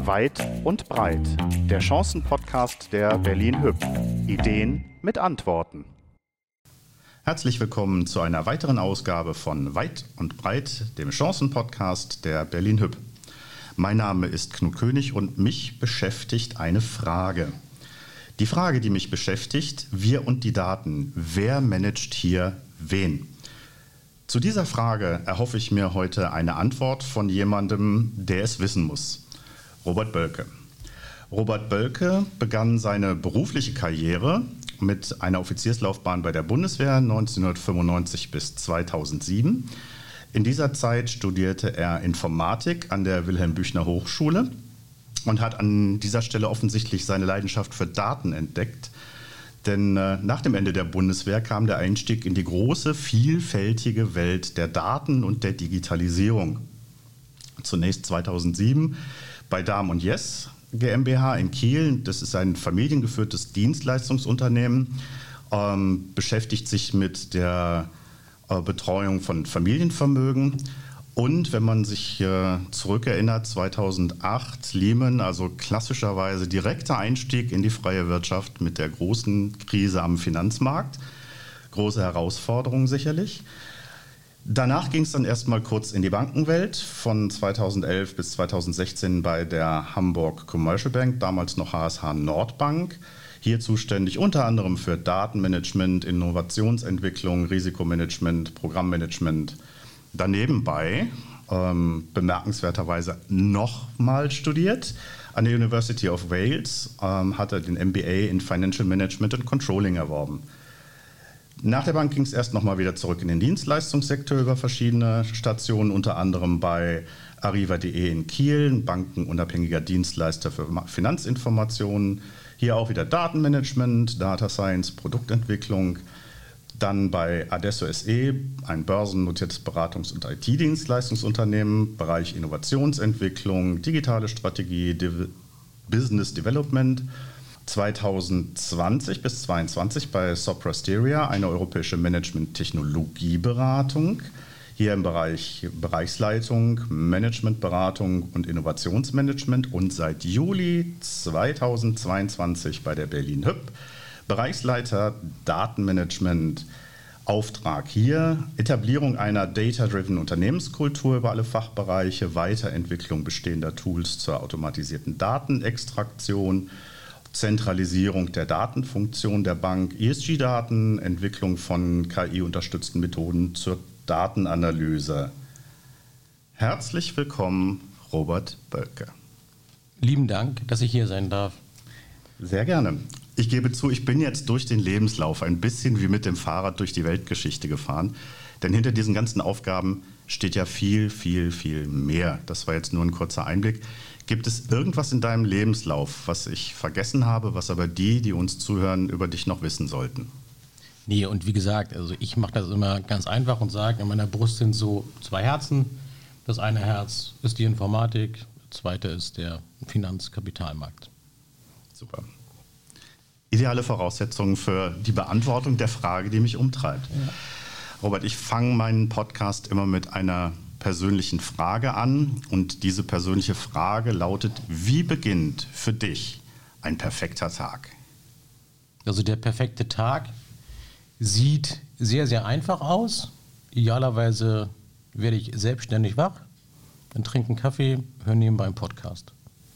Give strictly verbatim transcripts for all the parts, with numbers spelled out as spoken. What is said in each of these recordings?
Weit und breit, der Chancen-Podcast der Berlin Hüb. Ideen mit Antworten. Herzlich willkommen zu einer weiteren Ausgabe von Weit und breit, dem Chancen-Podcast der Berlin Hüb. Mein Name ist Knut König und mich beschäftigt eine Frage. Die Frage, die mich beschäftigt, wir und die Daten. Wer managt hier wen? Zu dieser Frage erhoffe ich mir heute eine Antwort von jemandem, der es wissen muss. Robert Boelke. Robert Boelke begann seine berufliche Karriere mit einer Offizierslaufbahn bei der Bundeswehr neunzehnhundertfünfundneunzig bis zweitausendsieben. In dieser Zeit studierte er Informatik an der Wilhelm-Büchner-Hochschule und hat an dieser Stelle offensichtlich seine Leidenschaft für Daten entdeckt. Denn äh, nach dem Ende der Bundeswehr kam der Einstieg in die große, vielfältige Welt der Daten und der Digitalisierung. Zunächst zweitausendsieben bei Dahm und Jess GmbH in Kiel. Das ist ein familiengeführtes Dienstleistungsunternehmen, ähm, beschäftigt sich mit der äh, Betreuung von Familienvermögen. Und wenn man sich äh, zurückerinnert, zweitausendacht Lehman, also klassischerweise direkter Einstieg in die freie Wirtschaft mit der großen Krise am Finanzmarkt. Große Herausforderung sicherlich. Danach ging es dann erstmal kurz in die Bankenwelt, von zweitausendelf bis zweitausendsechzehn bei der Hamburg Commercial Bank, damals noch H S H Nordbank. Hier zuständig unter anderem für Datenmanagement, Innovationsentwicklung, Risikomanagement, Programmmanagement. Danebenbei ähm, bemerkenswerterweise nochmal studiert an der University of Wales, ähm, hat er den M B A in Financial Management and Controlling erworben. Nach der Bank ging es erst nochmal wieder zurück in den Dienstleistungssektor über verschiedene Stationen, unter anderem bei Arriva punkt de in Kiel, ein bankenunabhängiger Dienstleister für Finanzinformationen. Hier auch wieder Datenmanagement, Data Science, Produktentwicklung. Dann bei Adesso S E, ein börsennotiertes Beratungs- und I T-Dienstleistungsunternehmen, Bereich Innovationsentwicklung, digitale Strategie, Div- Business Development. zweitausendzwanzig bis zweitausendzweiundzwanzig bei Sopra Steria, eine europäische Management-Technologieberatung. Hier im Bereich Bereichsleitung, Managementberatung und Innovationsmanagement. Und seit Juli zweitausendzweiundzwanzig bei der Berlin Hüb. Bereichsleiter Datenmanagement, Auftrag hier, Etablierung einer data-driven Unternehmenskultur über alle Fachbereiche, Weiterentwicklung bestehender Tools zur automatisierten Datenextraktion, Zentralisierung der Datenfunktion der Bank, E S G-Daten, Entwicklung von K I-unterstützten Methoden zur Datenanalyse. Herzlich willkommen, Robert Boelke. Lieben Dank, dass ich hier sein darf. Sehr gerne. Ich gebe zu, ich bin jetzt durch den Lebenslauf ein bisschen wie mit dem Fahrrad durch die Weltgeschichte gefahren. Denn hinter diesen ganzen Aufgaben steht ja viel, viel, viel mehr. Das war jetzt nur ein kurzer Einblick. Gibt es irgendwas in deinem Lebenslauf, was ich vergessen habe, was aber die, die uns zuhören, über dich noch wissen sollten? Nee, und wie gesagt, also ich mache das immer ganz einfach und sage, in meiner Brust sind so zwei Herzen. Das eine Herz ist die Informatik, das zweite ist der Finanzkapitalmarkt. Super. Ideale Voraussetzungen für die Beantwortung der Frage, die mich umtreibt. Ja. Robert, ich fange meinen Podcast immer mit einer persönlichen Frage an. Und diese persönliche Frage lautet: Wie beginnt für dich ein perfekter Tag? Also der perfekte Tag sieht sehr, sehr einfach aus. Idealerweise werde ich selbstständig wach, dann trinke einen Kaffee, höre nebenbei einen Podcast.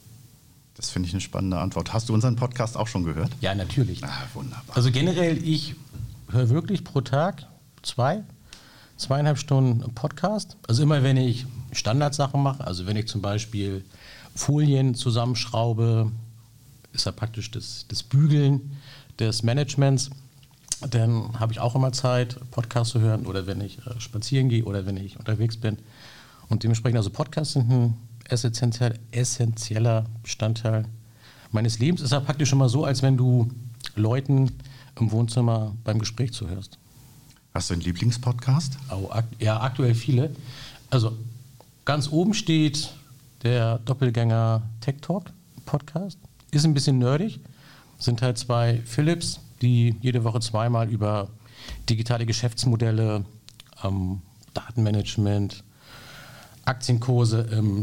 Das finde ich eine spannende Antwort. Hast du unseren Podcast auch schon gehört? Ja, natürlich. Ah, wunderbar. Also generell, ich höre wirklich pro Tag zwei, zweieinhalb Stunden Podcast. Also immer, wenn ich Standardsachen mache, also wenn ich zum Beispiel Folien zusammenschraube, ist ja praktisch das, das Bügeln des Managements, dann habe ich auch immer Zeit, Podcast zu hören, oder wenn ich äh, spazieren gehe oder wenn ich unterwegs bin. Und dementsprechend, also Podcasts sind ein essentiell, essentieller Bestandteil meines Lebens. Ist ja praktisch immer so, als wenn du Leuten im Wohnzimmer beim Gespräch zuhörst. Hast du einen Lieblingspodcast? Oh, ak- ja, aktuell viele. Also ganz oben steht der Doppelgänger Tech Talk Podcast. Ist ein bisschen nerdig. Sind halt zwei Philips, die jede Woche zweimal über digitale Geschäftsmodelle, ähm, Datenmanagement, Aktienkurse im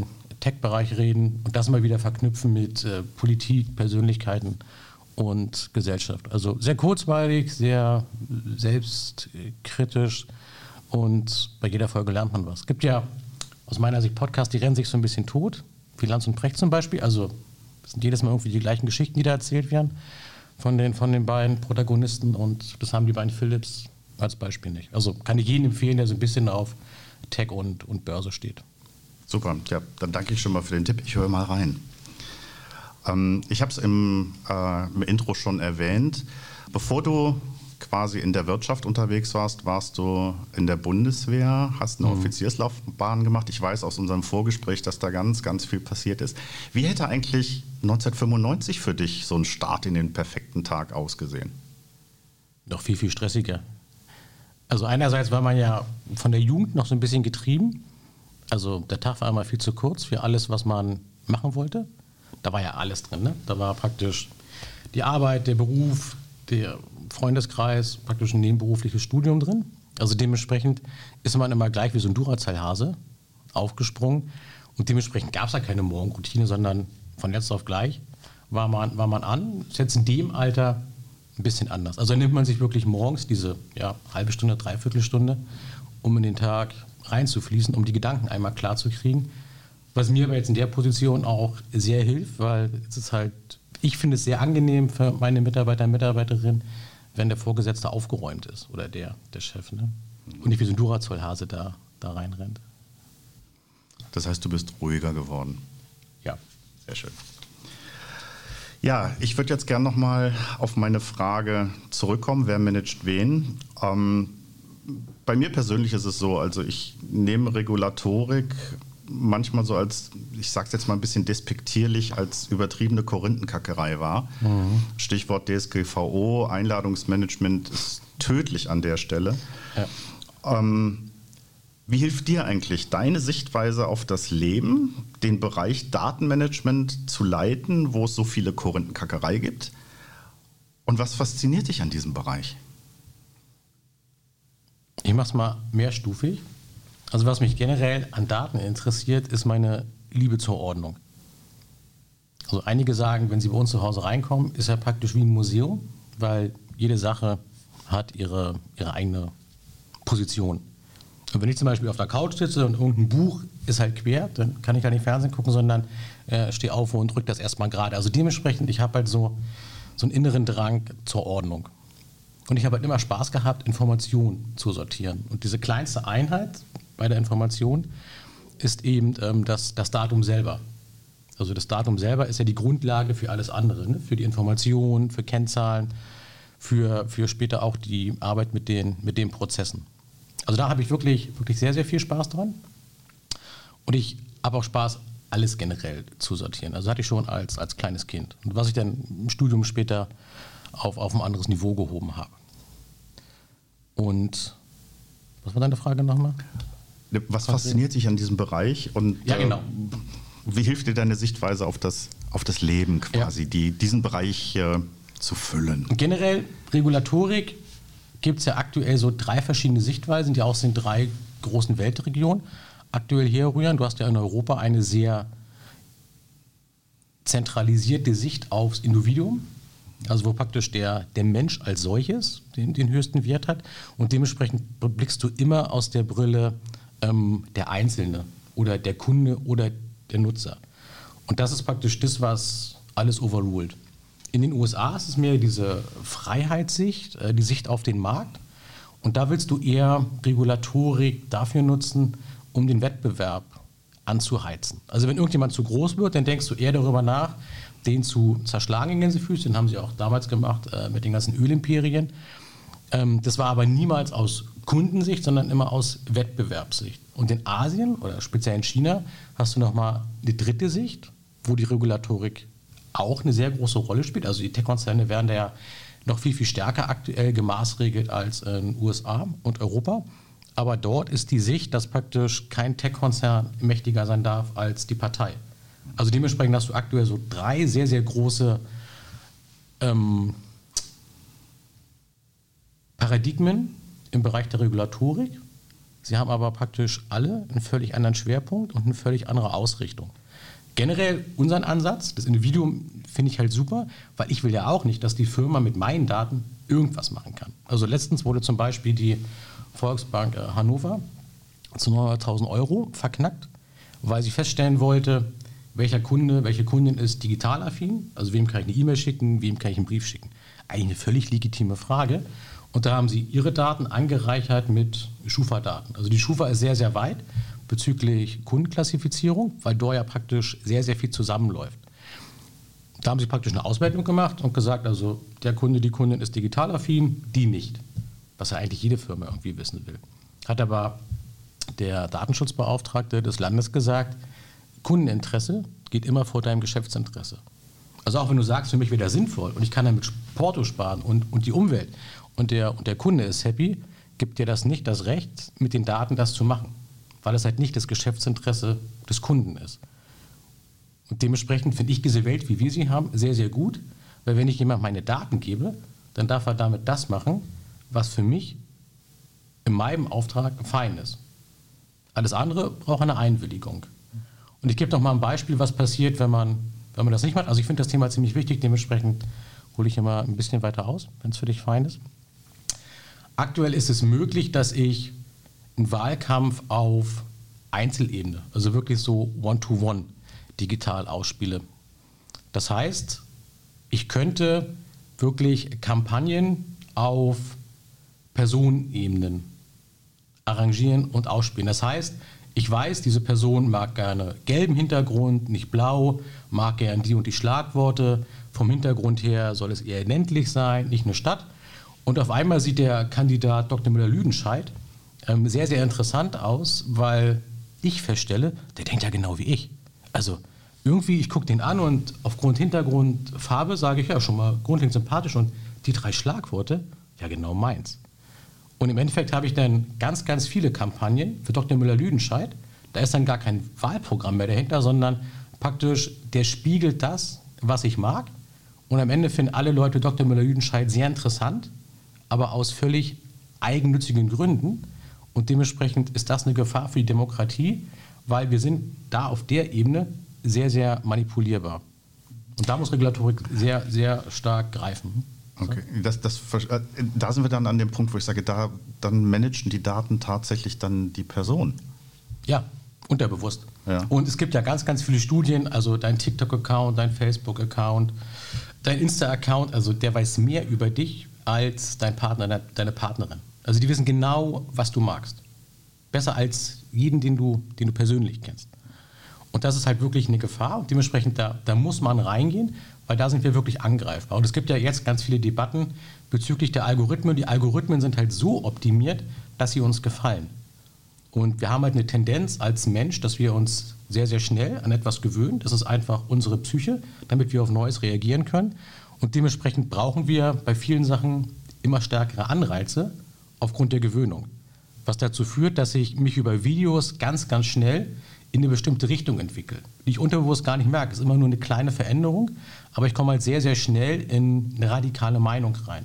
Tech-Bereich reden und das mal wieder verknüpfen mit äh, Politik, Persönlichkeiten und Gesellschaft. Also sehr kurzweilig, sehr selbstkritisch und bei jeder Folge lernt man was. Es gibt ja aus meiner Sicht Podcasts, die rennen sich so ein bisschen tot, wie Lanz und Precht zum Beispiel. Also das sind jedes Mal irgendwie die gleichen Geschichten, die da erzählt werden von den, von den beiden Protagonisten und das haben die beiden Philips als Beispiel nicht. Also kann ich jedem empfehlen, der so ein bisschen auf Tech und, und Börse steht. Super, ja, dann danke ich schon mal für den Tipp. Ich höre mal rein. Ähm, ich habe es im, äh, im Intro schon erwähnt. Bevor du quasi in der Wirtschaft unterwegs warst, warst du in der Bundeswehr, hast eine mhm. Offizierslaufbahn gemacht. Ich weiß aus unserem Vorgespräch, dass da ganz, ganz viel passiert ist. Wie hätte eigentlich neunzehnhundertfünfundneunzig für dich so ein Start in den perfekten Tag ausgesehen? Noch viel, viel stressiger. Also einerseits war man ja von der Jugend noch so ein bisschen getrieben. Also der Tag war einmal viel zu kurz für alles, was man machen wollte. Da war ja alles drin, ne? Da war praktisch die Arbeit, der Beruf, der Freundeskreis, praktisch ein nebenberufliches Studium drin. Also dementsprechend ist man immer gleich wie so ein Duracell-Hase aufgesprungen. Und dementsprechend gab es ja keine Morgenroutine, sondern von jetzt auf gleich war man, war man an. Ist jetzt in dem Alter ein bisschen anders. Also nimmt man sich wirklich morgens diese ja, halbe Stunde, dreiviertel Stunde, um in den Tag reinzufließen, um die Gedanken einmal klar zu kriegen. Was mir aber jetzt in der Position auch sehr hilft, weil es ist halt, ich finde es sehr angenehm für meine Mitarbeiter und Mitarbeiterinnen, wenn der Vorgesetzte aufgeräumt ist oder der, der Chef. Ne? Und nicht wie so ein Duracell-Hase da, da reinrennt. Das heißt, du bist ruhiger geworden. Ja. Sehr schön. Ja, ich würde jetzt gerne nochmal auf meine Frage zurückkommen, wer managt wen. Ähm, bei mir persönlich ist es so, also ich nehme Regulatorik manchmal so als, ich sage es jetzt mal ein bisschen despektierlich, als übertriebene Korinthenkackerei wahr. Mhm. Stichwort D S G V O, Einladungsmanagement ist tödlich an der Stelle. Ja. Ähm, wie hilft dir eigentlich deine Sichtweise auf das Leben, den Bereich Datenmanagement zu leiten, wo es so viele Korinthenkackerei gibt? Und was fasziniert dich an diesem Bereich? Ich mache es mal mehrstufig. Also was mich generell an Daten interessiert, ist meine Liebe zur Ordnung. Also einige sagen, wenn sie bei uns zu Hause reinkommen, ist ja praktisch wie ein Museum, weil jede Sache hat ihre, ihre eigene Position. Und wenn ich zum Beispiel auf der Couch sitze und irgendein Buch ist halt quer, dann kann ich gar nicht Fernsehen gucken, sondern äh, stehe auf und drücke das erstmal gerade. Also dementsprechend, ich habe halt so, so einen inneren Drang zur Ordnung. Und ich habe halt immer Spaß gehabt, Informationen zu sortieren. Und diese kleinste Einheit bei der Information ist eben ähm, das, das Datum selber. Also das Datum selber ist ja die Grundlage für alles andere, ne? Für die Information, für Kennzahlen, für, für später auch die Arbeit mit den, mit den Prozessen. Also da habe ich wirklich, wirklich sehr, sehr viel Spaß dran. Und ich habe auch Spaß, alles generell zu sortieren. Also hatte ich schon als, als kleines Kind. Und was ich dann im Studium später auf, auf ein anderes Niveau gehoben habe. Und was war deine Frage nochmal? Was fasziniert dich an diesem Bereich und ja, genau. äh, wie hilft dir deine Sichtweise auf das, auf das Leben quasi, ja. die, diesen Bereich äh, zu füllen? Generell Regulatorik gibt es ja aktuell so drei verschiedene Sichtweisen, die aus den drei großen Weltregionen aktuell herrühren. Du hast ja in Europa eine sehr zentralisierte Sicht aufs Individuum. Also wo praktisch der, der Mensch als solches den, den höchsten Wert hat und dementsprechend blickst du immer aus der Brille ähm, der Einzelne oder der Kunde oder der Nutzer. Und das ist praktisch das, was alles overruled. In den U S A ist es mehr diese Freiheitssicht, äh, die Sicht auf den Markt und da willst du eher Regulatorik dafür nutzen, um den Wettbewerb anzuheizen. Also wenn irgendjemand zu groß wird, dann denkst du eher darüber nach, den zu zerschlagen in Gänsefüßchen. Den haben sie auch damals gemacht äh, mit den ganzen Ölimperien. Ähm, das war aber niemals aus Kundensicht, sondern immer aus Wettbewerbssicht. Und in Asien oder speziell in China hast du nochmal eine dritte Sicht, wo die Regulatorik auch eine sehr große Rolle spielt. Also die Tech-Konzerne werden da ja noch viel, viel stärker aktuell gemaßregelt als in den U S A und Europa. Aber dort ist die Sicht, dass praktisch kein Tech-Konzern mächtiger sein darf als die Partei. Also dementsprechend hast du aktuell so drei sehr, sehr große ähm, Paradigmen im Bereich der Regulatorik. Sie haben aber praktisch alle einen völlig anderen Schwerpunkt und eine völlig andere Ausrichtung. Generell unseren Ansatz, das Individuum, finde ich halt super, weil ich will ja auch nicht, dass die Firma mit meinen Daten irgendwas machen kann. Also letztens wurde zum Beispiel die Volksbank äh, Hannover zu neunhunderttausend Euro verknackt, weil sie feststellen wollte, welcher Kunde, welche Kundin ist digital affin, also wem kann ich eine E-Mail schicken, wem kann ich einen Brief schicken. Eigentlich eine völlig legitime Frage. Und da haben sie ihre Daten angereichert mit Schufa-Daten. Also die Schufa ist sehr, sehr weit bezüglich Kundenklassifizierung, weil dort ja praktisch sehr, sehr viel zusammenläuft. Da haben sie praktisch eine Auswertung gemacht und gesagt, also der Kunde, die Kundin ist digital affin, die nicht. Was ja eigentlich jede Firma irgendwie wissen will. Hat aber der Datenschutzbeauftragte des Landes gesagt, Kundeninteresse geht immer vor deinem Geschäftsinteresse. Also auch wenn du sagst, für mich wäre das sinnvoll und ich kann damit Porto sparen und, und die Umwelt und der, und der Kunde ist happy, gibt dir das nicht das Recht, mit den Daten das zu machen, weil es halt nicht das Geschäftsinteresse des Kunden ist. Und dementsprechend finde ich diese Welt, wie wir sie haben, sehr, sehr gut, weil wenn ich jemandem meine Daten gebe, dann darf er damit das machen, was für mich in meinem Auftrag fein ist. Alles andere braucht eine Einwilligung. Und ich gebe noch mal ein Beispiel, was passiert, wenn man, wenn man das nicht macht. Also ich finde das Thema ziemlich wichtig, dementsprechend hole ich immer ein bisschen weiter aus, wenn es für dich fein ist. Aktuell ist es möglich, dass ich einen Wahlkampf auf Einzelebene, also wirklich so One-to-One digital ausspiele. Das heißt, ich könnte wirklich Kampagnen auf Personenebenen arrangieren und ausspielen. Das heißt, ich weiß, diese Person mag gerne gelben Hintergrund, nicht blau, mag gerne die und die Schlagworte. Vom Hintergrund her soll es eher ländlich sein, nicht eine Stadt. Und auf einmal sieht der Kandidat Doktor Müller-Lüdenscheid ähm, sehr, sehr interessant aus, weil ich feststelle, der denkt ja genau wie ich. Also irgendwie, ich gucke den an und aufgrund Hintergrund, Farbe sage ich ja schon mal grundlegend sympathisch und die drei Schlagworte, ja genau meins. Und im Endeffekt habe ich dann ganz, ganz viele Kampagnen für Doktor Müller-Lüdenscheid. Da ist dann gar kein Wahlprogramm mehr dahinter, sondern praktisch, der spiegelt das, was ich mag. Und am Ende finden alle Leute Doktor Müller-Lüdenscheid sehr interessant, aber aus völlig eigennützigen Gründen. Und dementsprechend ist das eine Gefahr für die Demokratie, weil wir sind da auf der Ebene sehr, sehr manipulierbar. Und da muss Regulatorik sehr, sehr stark greifen. Okay, das, das, da sind wir dann an dem Punkt, wo ich sage, da dann managen die Daten tatsächlich dann die Person. Ja, unterbewusst. Ja. Und es gibt ja ganz, ganz viele Studien, also dein TikTok-Account, dein Facebook-Account, dein Insta-Account, also der weiß mehr über dich als dein Partner, deine Partnerin. Also die wissen genau, was du magst. Besser als jeden, den du, den du persönlich kennst. Und das ist halt wirklich eine Gefahr und dementsprechend, da, da muss man reingehen, weil da sind wir wirklich angreifbar. Und es gibt ja jetzt ganz viele Debatten bezüglich der Algorithmen. Die Algorithmen sind halt so optimiert, dass sie uns gefallen. Und wir haben halt eine Tendenz als Mensch, dass wir uns sehr, sehr schnell an etwas gewöhnen. Das ist einfach unsere Psyche, damit wir auf Neues reagieren können. Und dementsprechend brauchen wir bei vielen Sachen immer stärkere Anreize aufgrund der Gewöhnung. Was dazu führt, dass ich mich über Videos ganz, ganz schnell in eine bestimmte Richtung entwickle, die ich unterbewusst gar nicht merke. Es ist immer nur eine kleine Veränderung, aber ich komme halt sehr, sehr schnell in eine radikale Meinung rein.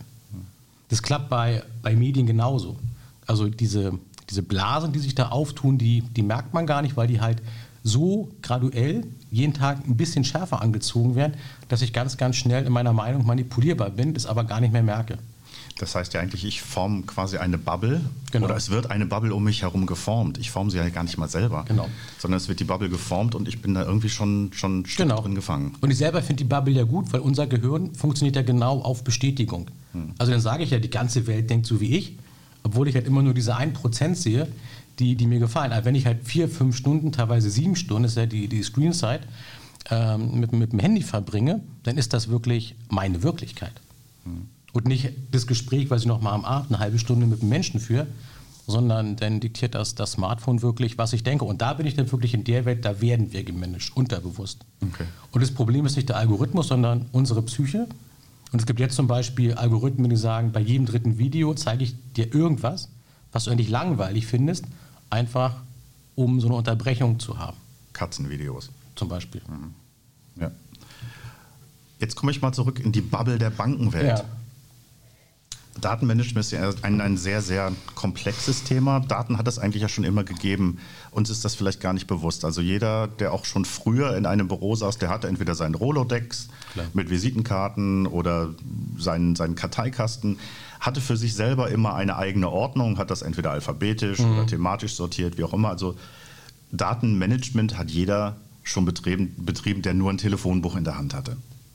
Das klappt bei, bei Medien genauso. Also diese, diese Blasen, die sich da auftun, die, die merkt man gar nicht, weil die halt so graduell jeden Tag ein bisschen schärfer angezogen werden, dass ich ganz, ganz schnell in meiner Meinung manipulierbar bin, das aber gar nicht mehr merke. Das heißt ja eigentlich, ich forme quasi eine Bubble, genau. Oder es wird eine Bubble um mich herum geformt. Ich forme sie ja gar nicht mal selber, genau. Sondern es wird die Bubble geformt und ich bin da irgendwie schon, schon genau. drin gefangen. Und ich selber finde die Bubble ja gut, weil unser Gehirn funktioniert ja genau auf Bestätigung. Hm. Also dann sage ich ja, die ganze Welt denkt so wie ich, obwohl ich halt immer nur diese ein Prozent sehe, die, die mir gefallen. Also wenn ich halt vier, fünf Stunden, teilweise sieben Stunden, das ist ja die, die Screenzeit, ähm, mit, mit dem Handy verbringe, dann ist das wirklich meine Wirklichkeit. Hm. Und nicht das Gespräch, was ich noch mal am Abend eine halbe Stunde mit dem Menschen führe, sondern dann diktiert das, das Smartphone wirklich, was ich denke. Und da bin ich dann wirklich in der Welt, da werden wir gemanagt, unterbewusst. Okay. Und das Problem ist nicht der Algorithmus, sondern unsere Psyche. Und es gibt jetzt zum Beispiel Algorithmen, die sagen, bei jedem dritten Video zeige ich dir irgendwas, was du eigentlich langweilig findest, einfach um so eine Unterbrechung zu haben. Katzenvideos. Zum Beispiel. Mhm. Ja. Jetzt komme ich mal zurück in die Bubble der Bankenwelt. Ja. Datenmanagement ist ja ein, ein sehr, sehr komplexes Thema. Daten hat es eigentlich ja schon immer gegeben. Uns ist das vielleicht gar nicht bewusst. Also jeder, der auch schon früher in einem Büro saß, der hatte entweder seinen Rolodex Klar. mit Visitenkarten oder seinen, seinen Karteikasten, hatte für sich selber immer eine eigene Ordnung, hat das entweder alphabetisch mhm. oder thematisch sortiert, wie auch immer. Also Datenmanagement hat jeder schon betrieben, betrieben, der nur ein Telefonbuch in der Hand hatte.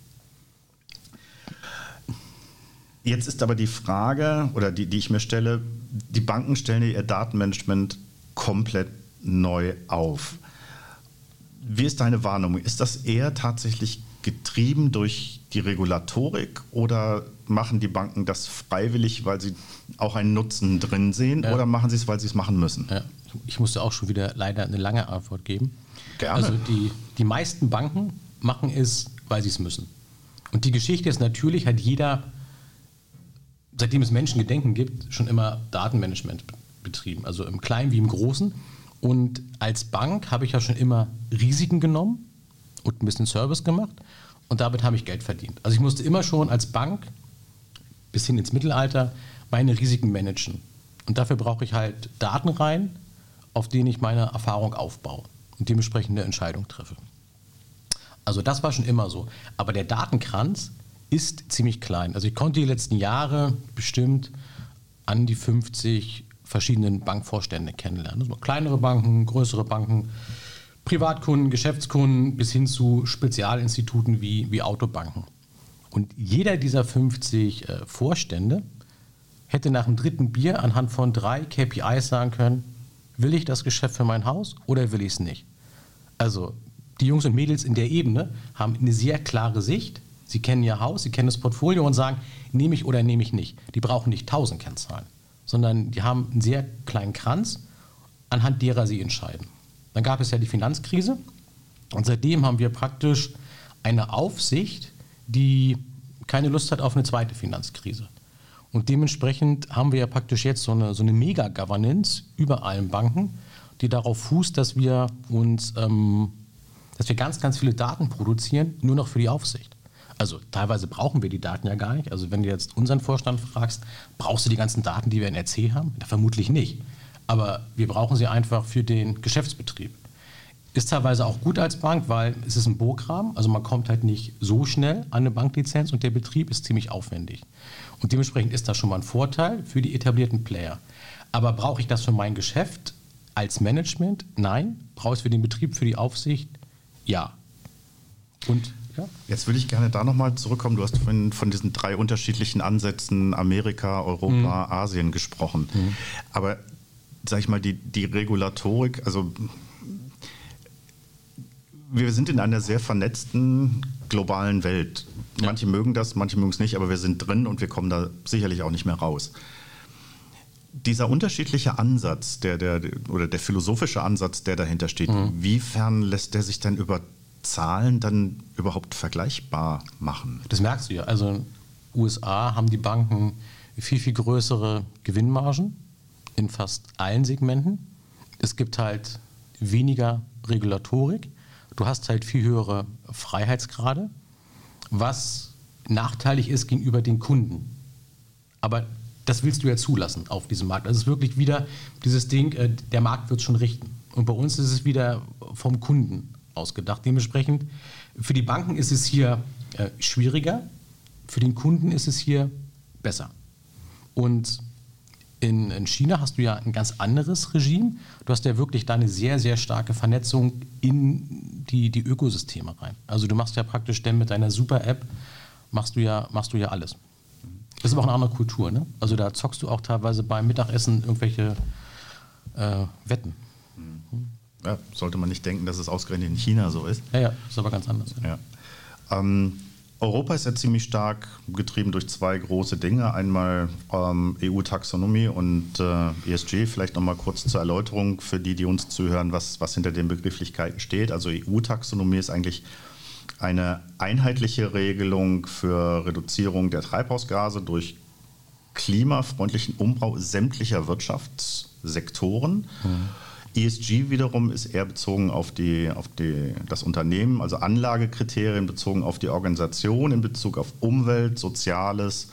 Jetzt ist aber die Frage, oder die, die ich mir stelle, die Banken stellen ihr Datenmanagement komplett neu auf. Wie ist deine Wahrnehmung? Ist das eher tatsächlich getrieben durch die Regulatorik oder machen die Banken das freiwillig, weil sie auch einen Nutzen drin sehen ja. oder machen sie es, weil sie es machen müssen? Ja. Ich musste auch schon wieder leider eine lange Antwort geben. Gerne. Also die, die meisten Banken machen es, weil sie es müssen. Und die Geschichte ist natürlich, hat jeder, seitdem es Menschengedenken gibt, schon immer Datenmanagement betrieben. Also im Kleinen wie im Großen. Und als Bank habe ich ja schon immer Risiken genommen und ein bisschen Service gemacht. Und damit habe ich Geld verdient. Also ich musste immer schon als Bank bis hin ins Mittelalter meine Risiken managen. Und dafür brauche ich halt Daten rein, auf denen ich meine Erfahrung aufbaue und dementsprechend eine Entscheidung treffe. Also das war schon immer so. Aber der Datenkranz ist ziemlich klein. Also ich konnte die letzten Jahre bestimmt an die fünfzig verschiedenen Bankvorstände kennenlernen. Also kleinere Banken, größere Banken, Privatkunden, Geschäftskunden bis hin zu Spezialinstituten wie, wie Autobanken. Und jeder dieser fünfzig äh, Vorstände hätte nach dem dritten Bier anhand von drei K P Is sagen können, will ich das Geschäft für mein Haus oder will ich es nicht? Also die Jungs und Mädels in der Ebene haben eine sehr klare Sicht. Sie kennen ihr Haus, sie kennen das Portfolio und sagen, nehme ich oder nehme ich nicht. Die brauchen nicht tausend Kennzahlen, sondern die haben einen sehr kleinen Kranz, anhand derer sie entscheiden. Dann gab es ja die Finanzkrise und seitdem haben wir praktisch eine Aufsicht, die keine Lust hat auf eine zweite Finanzkrise. Und dementsprechend haben wir ja praktisch jetzt so eine, so eine Mega-Governance über allen Banken, die darauf fußt, dass wir uns, ähm, dass wir ganz, ganz viele Daten produzieren, nur noch für die Aufsicht. Also teilweise brauchen wir die Daten ja gar nicht. Also wenn du jetzt unseren Vorstand fragst, brauchst du die ganzen Daten, die wir in R C haben? Ja, vermutlich nicht. Aber wir brauchen sie einfach für den Geschäftsbetrieb. Ist teilweise auch gut als Bank, weil es ist ein Burggraben. Also man kommt halt nicht so schnell an eine Banklizenz und der Betrieb ist ziemlich aufwendig. Und dementsprechend ist das schon mal ein Vorteil für die etablierten Player. Aber brauche ich das für mein Geschäft als Management? Nein. Brauche ich es für den Betrieb, für die Aufsicht? Ja. Und ja. Jetzt würde ich gerne da nochmal zurückkommen. Du hast von, von diesen drei unterschiedlichen Ansätzen Amerika, Europa, mhm. Asien gesprochen. Mhm. Aber sag ich mal, die, die Regulatorik, also wir sind in einer sehr vernetzten globalen Welt. Manche ja. mögen das, manche mögen es nicht, aber wir sind drin und wir kommen da sicherlich auch nicht mehr raus. Dieser unterschiedliche Ansatz, der, der, oder der philosophische Ansatz, der dahinter steht, mhm. inwiefern lässt der sich denn über Zahlen dann überhaupt vergleichbar machen? Das merkst du ja. Also in den U S A haben die Banken viel, viel größere Gewinnmargen in fast allen Segmenten. Es gibt halt weniger Regulatorik. Du hast halt viel höhere Freiheitsgrade, was nachteilig ist gegenüber den Kunden. Aber das willst du ja zulassen auf diesem Markt. Also es ist wirklich wieder dieses Ding, äh, der Markt wird es schon richten. Und bei uns ist es wieder vom Kunden ausgedacht. Dementsprechend, für die Banken ist es hier äh, schwieriger, für den Kunden ist es hier besser. Und in, in China hast du ja ein ganz anderes Regime. Du hast ja wirklich da eine sehr, sehr starke Vernetzung in die, die Ökosysteme rein. Also du machst ja praktisch dann mit deiner Super-App, machst du ja, machst du ja alles. Das ist aber auch eine andere Kultur, ne? Also da zockst du auch teilweise beim Mittagessen irgendwelche äh, Wetten. Ja, sollte man nicht denken, dass es ausgerechnet in China so ist. Ja, ja, ist aber ganz anders. Ja. Ja. Ähm, Europa ist ja ziemlich stark getrieben durch zwei große Dinge. Einmal ähm, E U-Taxonomie und äh, E S G. Vielleicht nochmal kurz zur Erläuterung für die, die uns zuhören, was, was hinter den Begrifflichkeiten steht. Also E U-Taxonomie ist eigentlich eine einheitliche Regelung für Reduzierung der Treibhausgase durch klimafreundlichen Umbau sämtlicher Wirtschaftssektoren. Mhm. E S G wiederum ist eher bezogen auf, die, auf die, das Unternehmen, also Anlagekriterien bezogen auf die Organisation in Bezug auf Umwelt, Soziales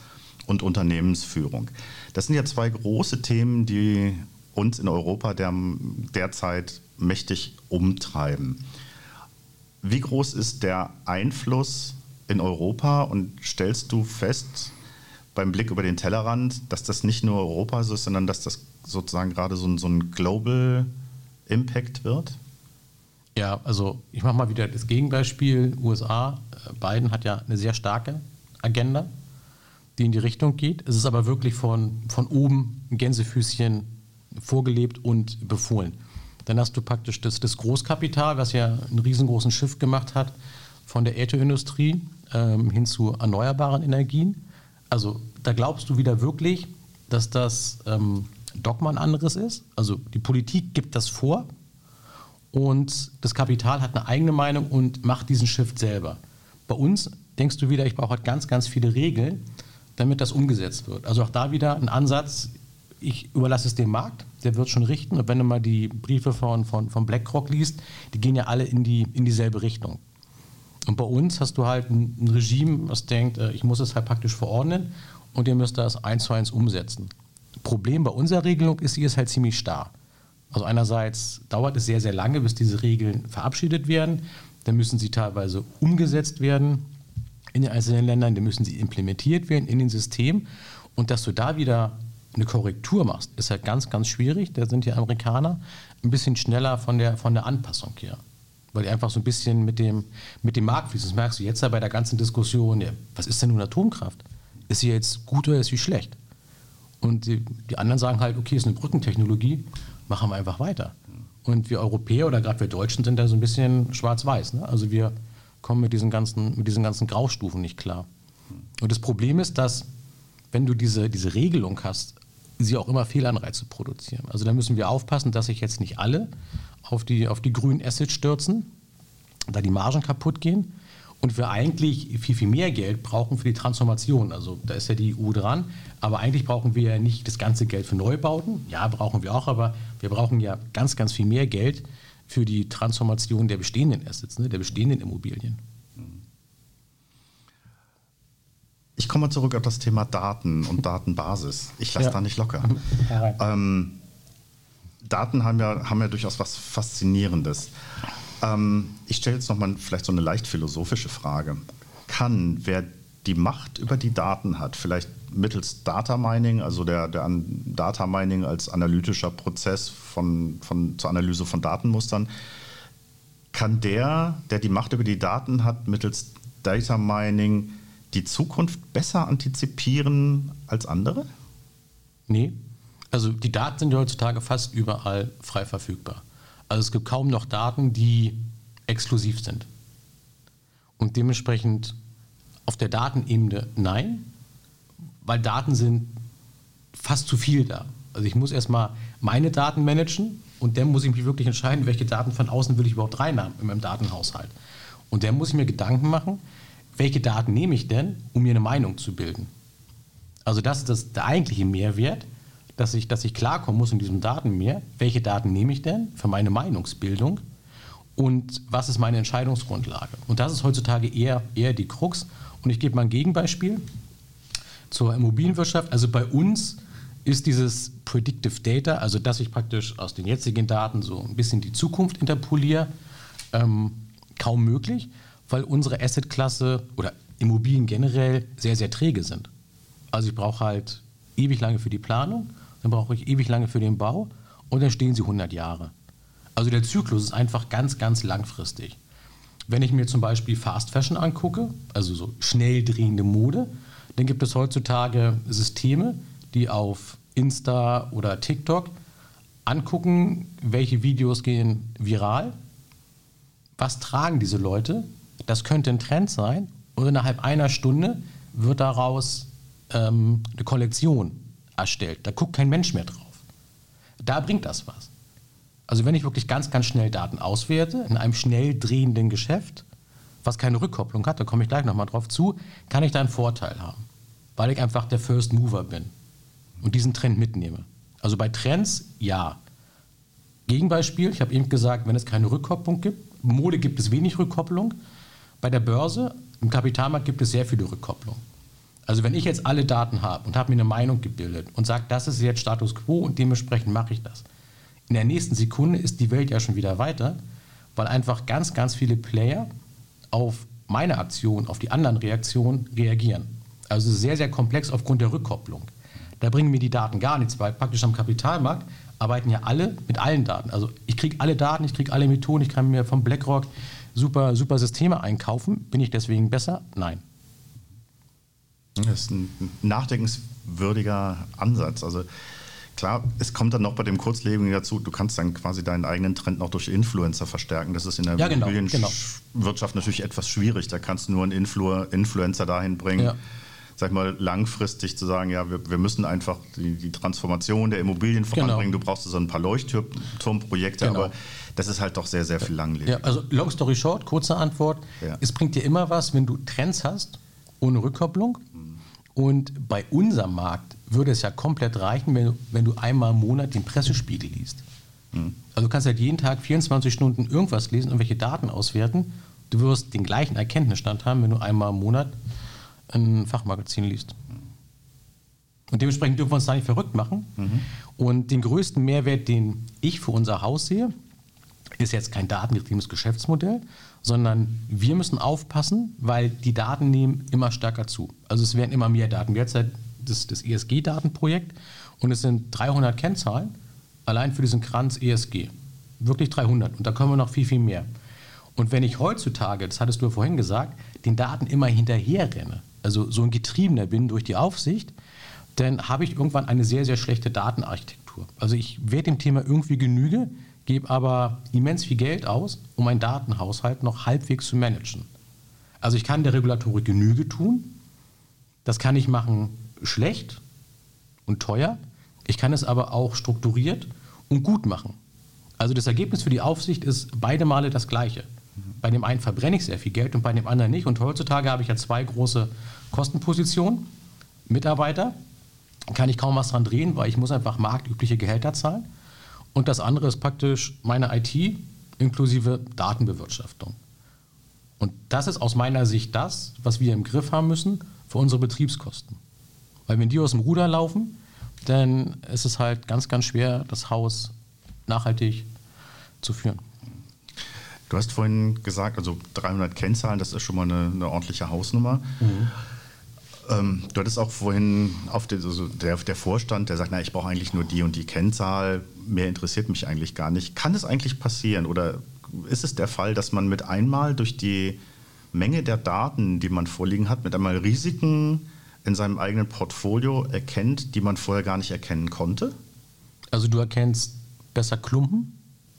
und Unternehmensführung. Das sind ja zwei große Themen, die uns in Europa der, derzeit mächtig umtreiben. Wie groß ist der Einfluss in Europa und stellst du fest beim Blick über den Tellerrand, dass das nicht nur Europa ist, sondern dass das sozusagen gerade so ein, so ein Global Impact wird? Ja, also ich mache mal wieder das Gegenbeispiel. U S A, Biden hat ja eine sehr starke Agenda, die in die Richtung geht. Es ist aber wirklich von, von oben ein Gänsefüßchen vorgelebt und befohlen. Dann hast du praktisch das, das Großkapital, was ja einen riesengroßen Shift gemacht hat von der Autoindustrie ähm, hin zu erneuerbaren Energien. Also da glaubst du wieder wirklich, dass das ähm, Dogma ein anderes ist. Also die Politik gibt das vor und das Kapital hat eine eigene Meinung und macht diesen Shift selber. Bei uns denkst du wieder, ich brauche halt ganz, ganz viele Regeln, damit das umgesetzt wird. Also auch da wieder ein Ansatz, ich überlasse es dem Markt, der wird schon richten. Und wenn du mal die Briefe von, von, von BlackRock liest, die gehen ja alle in, die, in dieselbe Richtung. Und bei uns hast du halt ein, ein Regime, was denkt, äh, ich muss es halt praktisch verordnen und ihr müsst das eins zu eins umsetzen. Problem bei unserer Regelung ist, sie ist halt ziemlich starr. Also einerseits dauert es sehr, sehr lange, bis diese Regeln verabschiedet werden. Dann müssen sie teilweise umgesetzt werden in den einzelnen Ländern, dann müssen sie implementiert werden in den Systemen. Und dass du da wieder eine Korrektur machst, ist halt ganz, ganz schwierig. Da sind die Amerikaner ein bisschen schneller von der, von der Anpassung her. Weil die einfach so ein bisschen mit dem, mit dem Markt fließen. Das merkst du jetzt ja bei der ganzen Diskussion, ja, was ist denn nun Atomkraft? Ist sie jetzt gut oder ist sie schlecht? Und die, die anderen sagen halt, okay, ist eine Brückentechnologie, machen wir einfach weiter. Und wir Europäer oder gerade wir Deutschen sind da so ein bisschen schwarz-weiß. Ne? Also wir kommen mit diesen ganzen, mit diesen ganzen Graustufen nicht klar. Und das Problem ist, dass wenn du diese, diese Regelung hast, sie auch immer Fehlanreize produzieren. Also da müssen wir aufpassen, dass sich jetzt nicht alle auf die, auf die grünen Assets stürzen, da die Margen kaputt gehen und wir eigentlich viel, viel mehr Geld brauchen für die Transformation. Also da ist ja die E U dran, aber eigentlich brauchen wir ja nicht das ganze Geld für Neubauten. Ja, brauchen wir auch, aber wir brauchen ja ganz, ganz viel mehr Geld für die Transformation der bestehenden Assets, ne, der bestehenden Immobilien. Ich komme mal zurück auf das Thema Daten und Datenbasis. Ich lasse ja. da nicht locker. Ähm, Daten haben ja, haben ja durchaus was Faszinierendes. Ähm, ich stelle jetzt nochmal vielleicht so eine leicht philosophische Frage. Kann, wer die Macht über die Daten hat, vielleicht mittels Data Mining, also der, der Data Mining als analytischer Prozess von, von, zur Analyse von Datenmustern, kann der, der die Macht über die Daten hat, mittels Data Mining die Zukunft besser antizipieren als andere? Nee. Also die Daten sind ja heutzutage fast überall frei verfügbar. Also es gibt kaum noch Daten, die exklusiv sind. Und dementsprechend auf der Datenebene nein, weil Daten sind fast zu viel da. Also ich muss erstmal meine Daten managen und dann muss ich mich wirklich entscheiden, welche Daten von außen will ich überhaupt reinhaben in meinem Datenhaushalt. Und dann muss ich mir Gedanken machen, welche Daten nehme ich denn, um mir eine Meinung zu bilden. Also das ist das, der eigentliche Mehrwert, dass ich, dass ich klarkommen muss in diesem Datenmeer. Welche Daten nehme ich denn für meine Meinungsbildung und was ist meine Entscheidungsgrundlage? Und das ist heutzutage eher, eher die Krux. Und ich gebe mal ein Gegenbeispiel zur Immobilienwirtschaft. Also bei uns ist dieses Predictive Data, also dass ich praktisch aus den jetzigen Daten so ein bisschen die Zukunft interpoliere, ähm, kaum möglich, weil unsere Assetklasse oder Immobilien generell sehr, sehr träge sind. Also ich brauche halt ewig lange für die Planung, dann brauche ich ewig lange für den Bau und dann stehen sie hundert Jahre. Also der Zyklus ist einfach ganz, ganz langfristig. Wenn ich mir zum Beispiel Fast Fashion angucke, also so schnell drehende Mode, dann gibt es heutzutage Systeme, die auf Insta oder TikTok angucken, welche Videos gehen viral, was tragen diese Leute, das könnte ein Trend sein und innerhalb einer Stunde wird daraus ähm, eine Kollektion erstellt. Da guckt kein Mensch mehr drauf. Da bringt das was. Also wenn ich wirklich ganz, ganz schnell Daten auswerte, in einem schnell drehenden Geschäft, was keine Rückkopplung hat, da komme ich gleich nochmal drauf zu, kann ich da einen Vorteil haben, weil ich einfach der First Mover bin und diesen Trend mitnehme. Also bei Trends, ja. Gegenbeispiel, ich habe eben gesagt, wenn es keine Rückkopplung gibt, Mode gibt es wenig Rückkopplung, bei der Börse, im Kapitalmarkt gibt es sehr viele Rückkopplung. Also wenn ich jetzt alle Daten habe und habe mir eine Meinung gebildet und sage, das ist jetzt Status Quo und dementsprechend mache ich das. In der nächsten Sekunde ist die Welt ja schon wieder weiter, weil einfach ganz, ganz viele Player auf meine Aktion, auf die anderen Reaktionen reagieren. Also sehr, sehr komplex aufgrund der Rückkopplung. Da bringen mir die Daten gar nichts, weil praktisch am Kapitalmarkt arbeiten ja alle mit allen Daten. Also ich kriege alle Daten, ich kriege alle Methoden, ich kann mir von BlackRock super, super Systeme einkaufen. Bin ich deswegen besser? Nein. Das ist ein nachdenkenswürdiger Ansatz. Also klar, es kommt dann noch bei dem Kurzlebigen dazu, du kannst dann quasi deinen eigenen Trend noch durch Influencer verstärken. Das ist in der ja, genau, Immobilienwirtschaft genau. natürlich etwas schwierig. Da kannst du nur einen Influ- Influencer dahin bringen, ja. sag ich mal, langfristig zu sagen, ja, wir, wir müssen einfach die, die Transformation der Immobilien voranbringen. Genau. Du brauchst so ein paar Leuchtturmprojekte, genau. aber das ist halt doch sehr, sehr viel langlebig. Ja, also long story short, kurze Antwort, ja. es bringt dir immer was, wenn du Trends hast, ohne Rückkopplung. Mhm. Und bei unserem Markt würde es ja komplett reichen, wenn, wenn du einmal im Monat den Pressespiegel liest. Mhm. Also du kannst halt jeden Tag vierundzwanzig Stunden irgendwas lesen, irgendwelche Daten auswerten. Du wirst den gleichen Erkenntnisstand haben, wenn du einmal im Monat ein Fachmagazin liest. Und dementsprechend dürfen wir uns da nicht verrückt machen. Mhm. Und den größten Mehrwert, den ich für unser Haus sehe, ist jetzt kein datengetriebenes Geschäftsmodell, sondern wir müssen aufpassen, weil die Daten nehmen immer stärker zu. Also es werden immer mehr Daten. Derzeit das, das E S G-Datenprojekt und es sind dreihundert Kennzahlen allein für diesen Kranz E S G. Wirklich dreihundert. Und da kommen wir noch viel, viel mehr. Und wenn ich heutzutage, das hattest du ja vorhin gesagt, den Daten immer hinterher renne, also so ein Getriebener bin durch die Aufsicht, dann habe ich irgendwann eine sehr, sehr schlechte Datenarchitektur. Also ich werde dem Thema irgendwie Genüge, gebe aber immens viel Geld aus, um meinen Datenhaushalt noch halbwegs zu managen. Also ich kann der Regulatorik Genüge tun, das kann ich machen schlecht und teuer, ich kann es aber auch strukturiert und gut machen. Also das Ergebnis für die Aufsicht ist beide Male das gleiche. Bei dem einen verbrenne ich sehr viel Geld und bei dem anderen nicht. Und heutzutage habe ich ja zwei große Kostenpositionen. Mitarbeiter, kann ich kaum was dran drehen, weil ich muss einfach marktübliche Gehälter zahlen. Und das andere ist praktisch meine I T inklusive Datenbewirtschaftung. Und das ist aus meiner Sicht das, was wir im Griff haben müssen für unsere Betriebskosten. Weil wenn die aus dem Ruder laufen, dann ist es halt ganz, ganz schwer, das Haus nachhaltig zu führen. Du hast vorhin gesagt, also dreihundert Kennzahlen, das ist schon mal eine, eine ordentliche Hausnummer. Mhm. Ähm, du hattest auch vorhin auf den, also der, der Vorstand, der sagt, na, ich brauche eigentlich nur die und die Kennzahl, mehr interessiert mich eigentlich gar nicht. Kann es eigentlich passieren oder ist es der Fall, dass man mit einmal durch die Menge der Daten, die man vorliegen hat, mit einmal Risiken in seinem eigenen Portfolio erkennt, die man vorher gar nicht erkennen konnte? Also du erkennst besser Klumpen,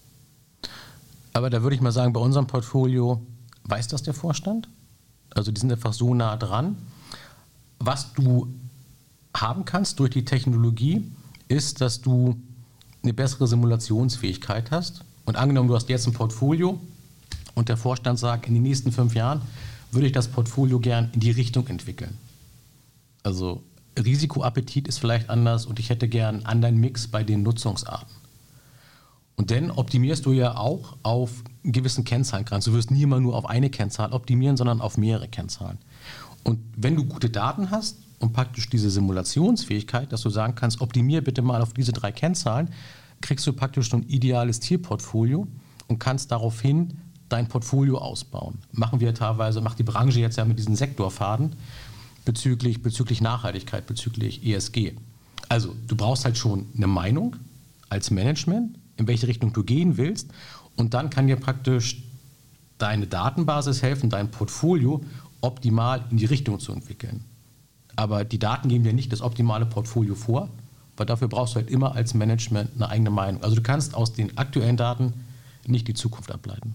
aber da würde ich mal sagen, bei unserem Portfolio weiß das der Vorstand. Also die sind einfach so nah dran. Was du haben kannst durch die Technologie, ist, dass du eine bessere Simulationsfähigkeit hast. Und angenommen, du hast jetzt ein Portfolio und der Vorstand sagt, in den nächsten fünf Jahren würde ich das Portfolio gern in die Richtung entwickeln. Also Risikoappetit ist vielleicht anders und ich hätte gern einen anderen Mix bei den Nutzungsarten. Und dann optimierst du ja auch auf einen gewissen Kennzahlenkranz. Du wirst nie immer nur auf eine Kennzahl optimieren, sondern auf mehrere Kennzahlen. Und wenn du gute Daten hast und praktisch diese Simulationsfähigkeit, dass du sagen kannst, optimier bitte mal auf diese drei Kennzahlen, kriegst du praktisch so ein ideales Zielportfolio und kannst daraufhin dein Portfolio ausbauen. Machen wir teilweise, macht die Branche jetzt ja mit diesen Sektorfaden bezüglich, bezüglich Nachhaltigkeit, bezüglich E S G. Also du brauchst halt schon eine Meinung als Management, in welche Richtung du gehen willst und dann kann dir praktisch deine Datenbasis helfen, dein Portfolio optimal in die Richtung zu entwickeln. Aber die Daten geben dir nicht das optimale Portfolio vor, weil dafür brauchst du halt immer als Management eine eigene Meinung. Also du kannst aus den aktuellen Daten nicht die Zukunft ableiten.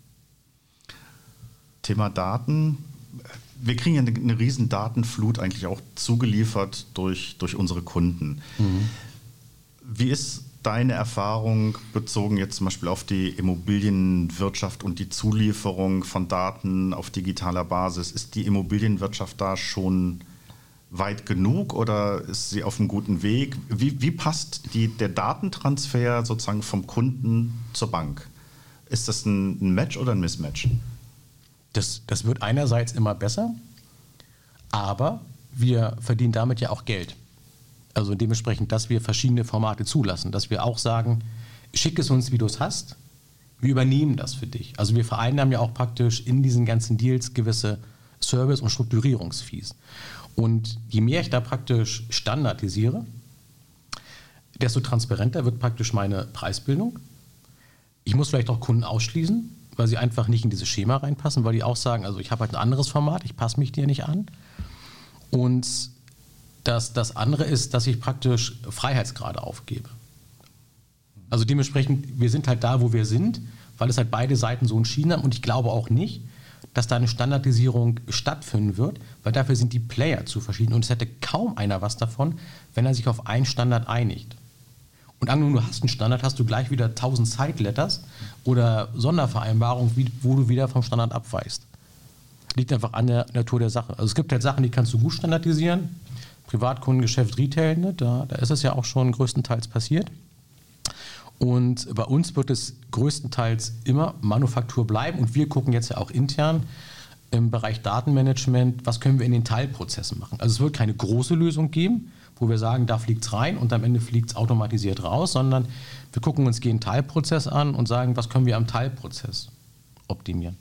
Thema Daten. Wir kriegen ja eine, eine riesen Datenflut eigentlich auch zugeliefert durch, durch unsere Kunden. Mhm. Wie ist deine Erfahrung bezogen jetzt zum Beispiel auf die Immobilienwirtschaft und die Zulieferung von Daten auf digitaler Basis? Ist die Immobilienwirtschaft da schon weit genug oder ist sie auf einem guten Weg? Wie, wie passt die, der Datentransfer sozusagen vom Kunden zur Bank? Ist das ein, ein Match oder ein Mismatch? Das, das wird einerseits immer besser, aber wir verdienen damit ja auch Geld. Also dementsprechend, dass wir verschiedene Formate zulassen, dass wir auch sagen, schick es uns, wie du es hast, wir übernehmen das für dich. Also wir vereinnahmen ja auch praktisch in diesen ganzen Deals gewisse Service- und Strukturierungsfees. Und je mehr ich da praktisch standardisiere, desto transparenter wird praktisch meine Preisbildung. Ich muss vielleicht auch Kunden ausschließen, weil sie einfach nicht in dieses Schema reinpassen, weil die auch sagen, also ich habe halt ein anderes Format, ich passe mich dir nicht an. Und das, das andere ist, dass ich praktisch Freiheitsgrade aufgebe. Also dementsprechend, wir sind halt da, wo wir sind, weil es halt beide Seiten so entschieden haben. Und ich glaube auch nicht, dass da eine Standardisierung stattfinden wird, weil dafür sind die Player zu verschieden. Und es hätte kaum einer was davon, wenn er sich auf einen Standard einigt. Und angenommen, du hast einen Standard, hast du gleich wieder tausend Side-Letters oder Sondervereinbarungen, wo du wieder vom Standard abweichst. Liegt einfach an der Natur der Sache. Also es gibt halt Sachen, die kannst du gut standardisieren. Privatkundengeschäft, Retail, ne, da, da ist es ja auch schon größtenteils passiert. Und bei uns wird es größtenteils immer Manufaktur bleiben. Und wir gucken jetzt ja auch intern im Bereich Datenmanagement, was können wir in den Teilprozessen machen. Also es wird keine große Lösung geben, wo wir sagen, da fliegt es rein und am Ende fliegt es automatisiert raus, sondern wir gucken uns jeden Teilprozess an und sagen, was können wir am Teilprozess optimieren.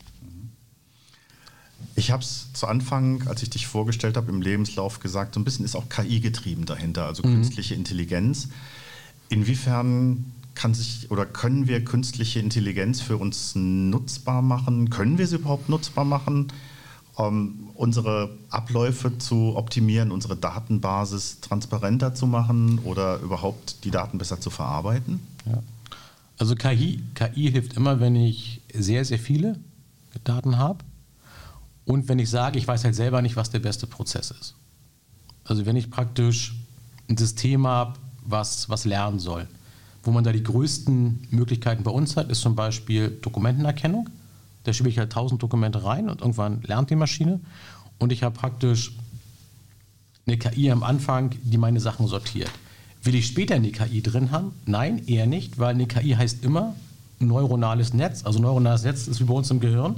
Ich habe es zu Anfang, als ich dich vorgestellt habe, im Lebenslauf gesagt, so ein bisschen ist auch K I getrieben dahinter, also mhm. künstliche Intelligenz. Inwiefern kann sich oder können wir künstliche Intelligenz für uns nutzbar machen? Können wir sie überhaupt nutzbar machen, um unsere Abläufe zu optimieren, unsere Datenbasis transparenter zu machen oder überhaupt die Daten besser zu verarbeiten? Ja. Also K I, K I hilft immer, wenn ich sehr, sehr viele Daten habe und wenn ich sage, ich weiß halt selber nicht, was der beste Prozess ist. Also wenn ich praktisch ein System habe, was, was lernen soll. Wo man da die größten Möglichkeiten bei uns hat, ist zum Beispiel Dokumentenerkennung. Da schiebe ich halt tausend Dokumente rein und irgendwann lernt die Maschine. Und ich habe praktisch eine K I am Anfang, die meine Sachen sortiert. Will ich später eine K I drin haben? Nein, eher nicht, weil eine K I heißt immer neuronales Netz. Also neuronales Netz ist wie bei uns im Gehirn.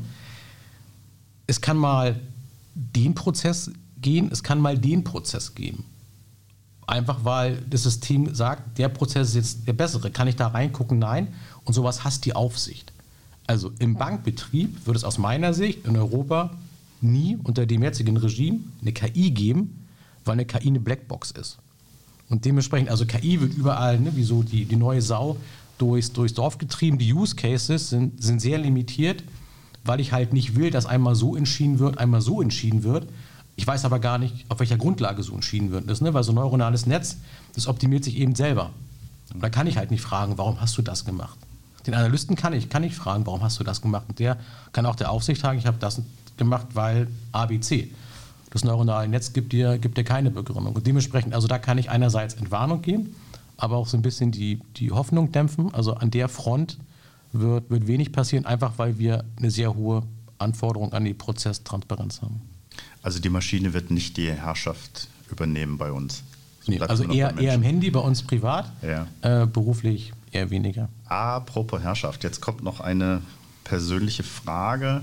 Es kann mal den Prozess gehen, es kann mal den Prozess geben. Einfach weil das System sagt, der Prozess ist jetzt der bessere. Kann ich da reingucken? Nein. Und sowas hasst die Aufsicht. Also im Bankbetrieb wird es aus meiner Sicht in Europa nie unter dem jetzigen Regime eine K I geben, weil eine K I eine Blackbox ist. Und dementsprechend, also K I wird überall, ne, wie so die, die neue Sau, durchs, durchs Dorf getrieben. Die Use Cases sind, sind sehr limitiert, weil ich halt nicht will, dass einmal so entschieden wird, einmal so entschieden wird. Ich weiß aber gar nicht, auf welcher Grundlage so entschieden wird. Das, ne? Weil so ein neuronales Netz, das optimiert sich eben selber. Und da kann ich halt nicht fragen, warum hast du das gemacht? Den Analysten kann ich, kann ich fragen, warum hast du das gemacht? Und der kann auch der Aufsicht sagen, ich habe das gemacht, weil A, B, C. Das neuronale Netz gibt dir, gibt dir keine Begründung. Und dementsprechend, also da kann ich einerseits Entwarnung geben, aber auch so ein bisschen die, die Hoffnung dämpfen. Also an der Front wird, wird wenig passieren, einfach weil wir eine sehr hohe Anforderung an die Prozesstransparenz haben. Also die Maschine wird nicht die Herrschaft übernehmen bei uns. Nee, also eher, eher im Handy, bei uns privat, ja. äh, beruflich eher weniger. Apropos Herrschaft, jetzt kommt noch eine persönliche Frage.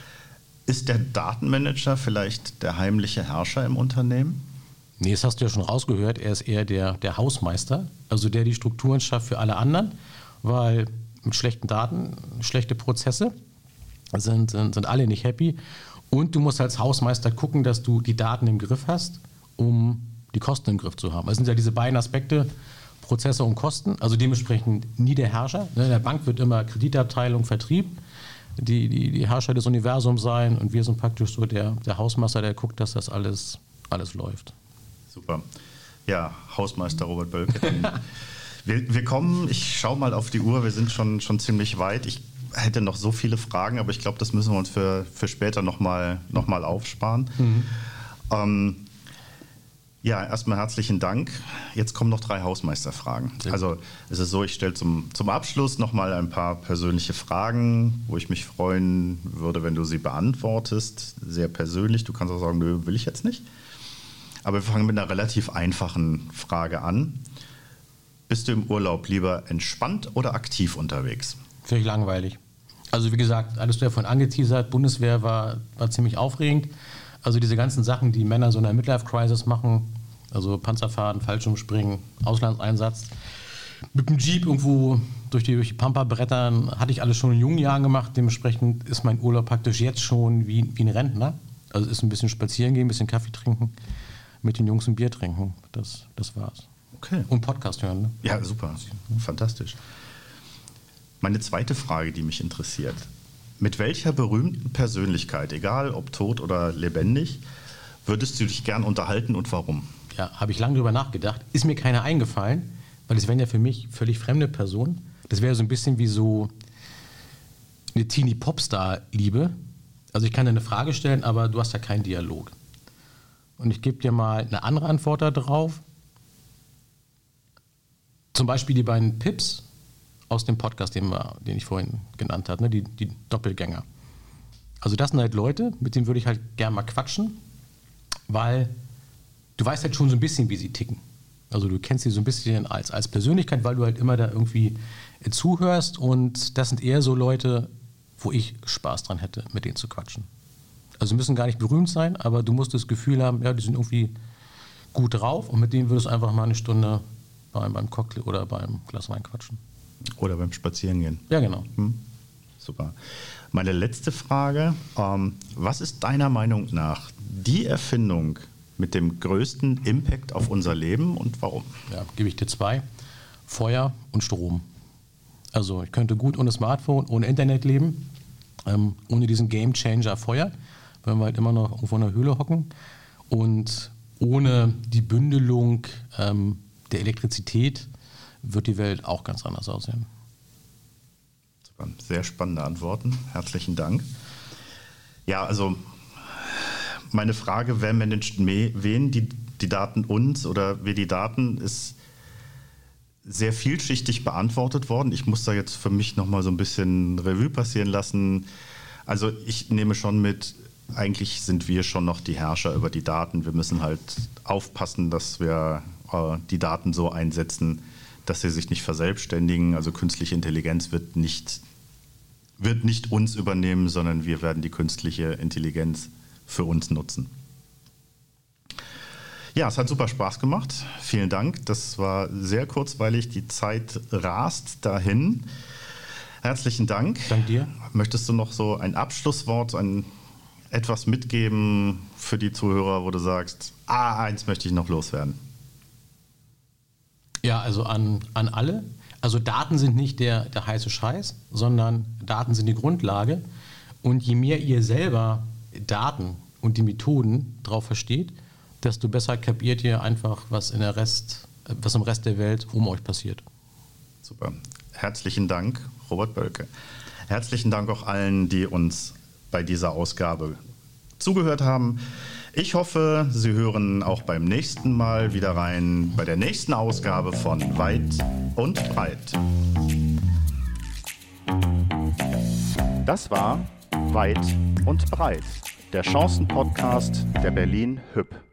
Ist der Datenmanager vielleicht der heimliche Herrscher im Unternehmen? Nee, das hast du ja schon rausgehört. Er ist eher der, der Hausmeister, also der die Strukturen schafft für alle anderen, weil mit schlechten Daten, schlechte Prozesse sind, sind, sind alle nicht happy. Und du musst als Hausmeister gucken, dass du die Daten im Griff hast, um die Kosten im Griff zu haben. Das sind ja diese beiden Aspekte, Prozesse und Kosten, also dementsprechend nie der Herrscher. In der Bank wird immer Kreditabteilung, Vertrieb, die, die, die Herrscher des Universums sein und wir sind praktisch so der, der Hausmeister, der guckt, dass das alles, alles läuft. Super. Ja, Hausmeister Robert Bölke. wir, wir kommen, ich schaue mal auf die Uhr, wir sind schon, schon ziemlich weit. Ich hätte noch so viele Fragen, aber ich glaube, das müssen wir uns für, für später nochmal noch mal aufsparen. Mhm. Ähm, ja, erstmal herzlichen Dank. Jetzt kommen noch drei Hausmeisterfragen. Also es ist so, ich stelle zum, zum Abschluss nochmal ein paar persönliche Fragen, wo ich mich freuen würde, wenn du sie beantwortest. Sehr persönlich, du kannst auch sagen, nö, will ich jetzt nicht. Aber wir fangen mit einer relativ einfachen Frage an. Bist du im Urlaub lieber entspannt oder aktiv unterwegs? Völlig langweilig. Also wie gesagt, alles du ja vorhin angeteasert, Bundeswehr war, war ziemlich aufregend. Also diese ganzen Sachen, die Männer so in der Midlife-Crisis machen, also Panzerfahren, Fallschirmspringen, Auslandseinsatz, mit dem Jeep irgendwo durch die, durch die Pampa brettern, hatte ich alles schon in jungen Jahren gemacht. Dementsprechend ist mein Urlaub praktisch jetzt schon wie, wie ein Rentner. Also ist ein bisschen spazieren gehen, ein bisschen Kaffee trinken, mit den Jungs ein Bier trinken. Das, das war's. Okay. Und Podcast hören. Ne? Ja, super. Fantastisch. Meine zweite Frage, die mich interessiert. Mit welcher berühmten Persönlichkeit, egal ob tot oder lebendig, würdest du dich gern unterhalten und warum? Ja, habe ich lange drüber nachgedacht. Ist mir keiner eingefallen, weil es wären ja für mich völlig fremde Personen. Das wäre so ein bisschen wie so eine Teenie-Popstar-Liebe. Also ich kann dir eine Frage stellen, aber du hast ja keinen Dialog. Und ich gebe dir mal eine andere Antwort darauf. Zum Beispiel die beiden Pips aus dem Podcast, den, wir, den ich vorhin genannt habe, ne? die, die Doppelgänger. Also das sind halt Leute, mit denen würde ich halt gerne mal quatschen, weil du weißt halt schon so ein bisschen, wie sie ticken. Also du kennst sie so ein bisschen als, als Persönlichkeit, weil du halt immer da irgendwie zuhörst und das sind eher so Leute, wo ich Spaß dran hätte, mit denen zu quatschen. Also sie müssen gar nicht berühmt sein, aber du musst das Gefühl haben, ja, die sind irgendwie gut drauf und mit denen würdest du einfach mal eine Stunde beim, beim Cocktail oder beim Glas Wein quatschen. Oder beim Spazierengehen. Ja, genau. Hm. Super. Meine letzte Frage, ähm, was ist deiner Meinung nach die Erfindung mit dem größten Impact auf unser Leben und warum? Ja, gebe ich dir zwei. Feuer und Strom. Also ich könnte gut ohne Smartphone, ohne Internet leben, ähm, ohne diesen Gamechanger Feuer, wenn wir halt immer noch irgendwo in der Höhle hocken und ohne die Bündelung ähm, der Elektrizität wird die Welt auch ganz anders aussehen. Super. Sehr spannende Antworten. Herzlichen Dank. Ja, also meine Frage, wer managt wen, die, die Daten uns oder wir die Daten, ist sehr vielschichtig beantwortet worden. Ich muss da jetzt für mich nochmal so ein bisschen Revue passieren lassen. Also ich nehme schon mit, eigentlich sind wir schon noch die Herrscher über die Daten. Wir müssen halt aufpassen, dass wir äh, die Daten so einsetzen, dass sie sich nicht verselbstständigen. Also künstliche Intelligenz wird nicht, wird nicht uns übernehmen, sondern wir werden die künstliche Intelligenz für uns nutzen. Ja, es hat super Spaß gemacht. Vielen Dank. Das war sehr kurzweilig. Die Zeit rast dahin. Herzlichen Dank. Dank dir. Möchtest du noch so ein Abschlusswort, ein etwas mitgeben für die Zuhörer, wo du sagst, ah, eins möchte ich noch loswerden? Ja, also an, an alle. Also Daten sind nicht der, der heiße Scheiß, sondern Daten sind die Grundlage. Und je mehr ihr selber Daten und die Methoden drauf versteht, desto besser kapiert ihr einfach, was, in der Rest, was im Rest der Welt um euch passiert. Super. Herzlichen Dank, Robert Bölke. Herzlichen Dank auch allen, die uns bei dieser Ausgabe zugehört haben. Ich hoffe, Sie hören auch beim nächsten Mal wieder rein, bei der nächsten Ausgabe von Weit und Breit. Das war Weit und Breit, der Chancen-Podcast der Berlin Hüb.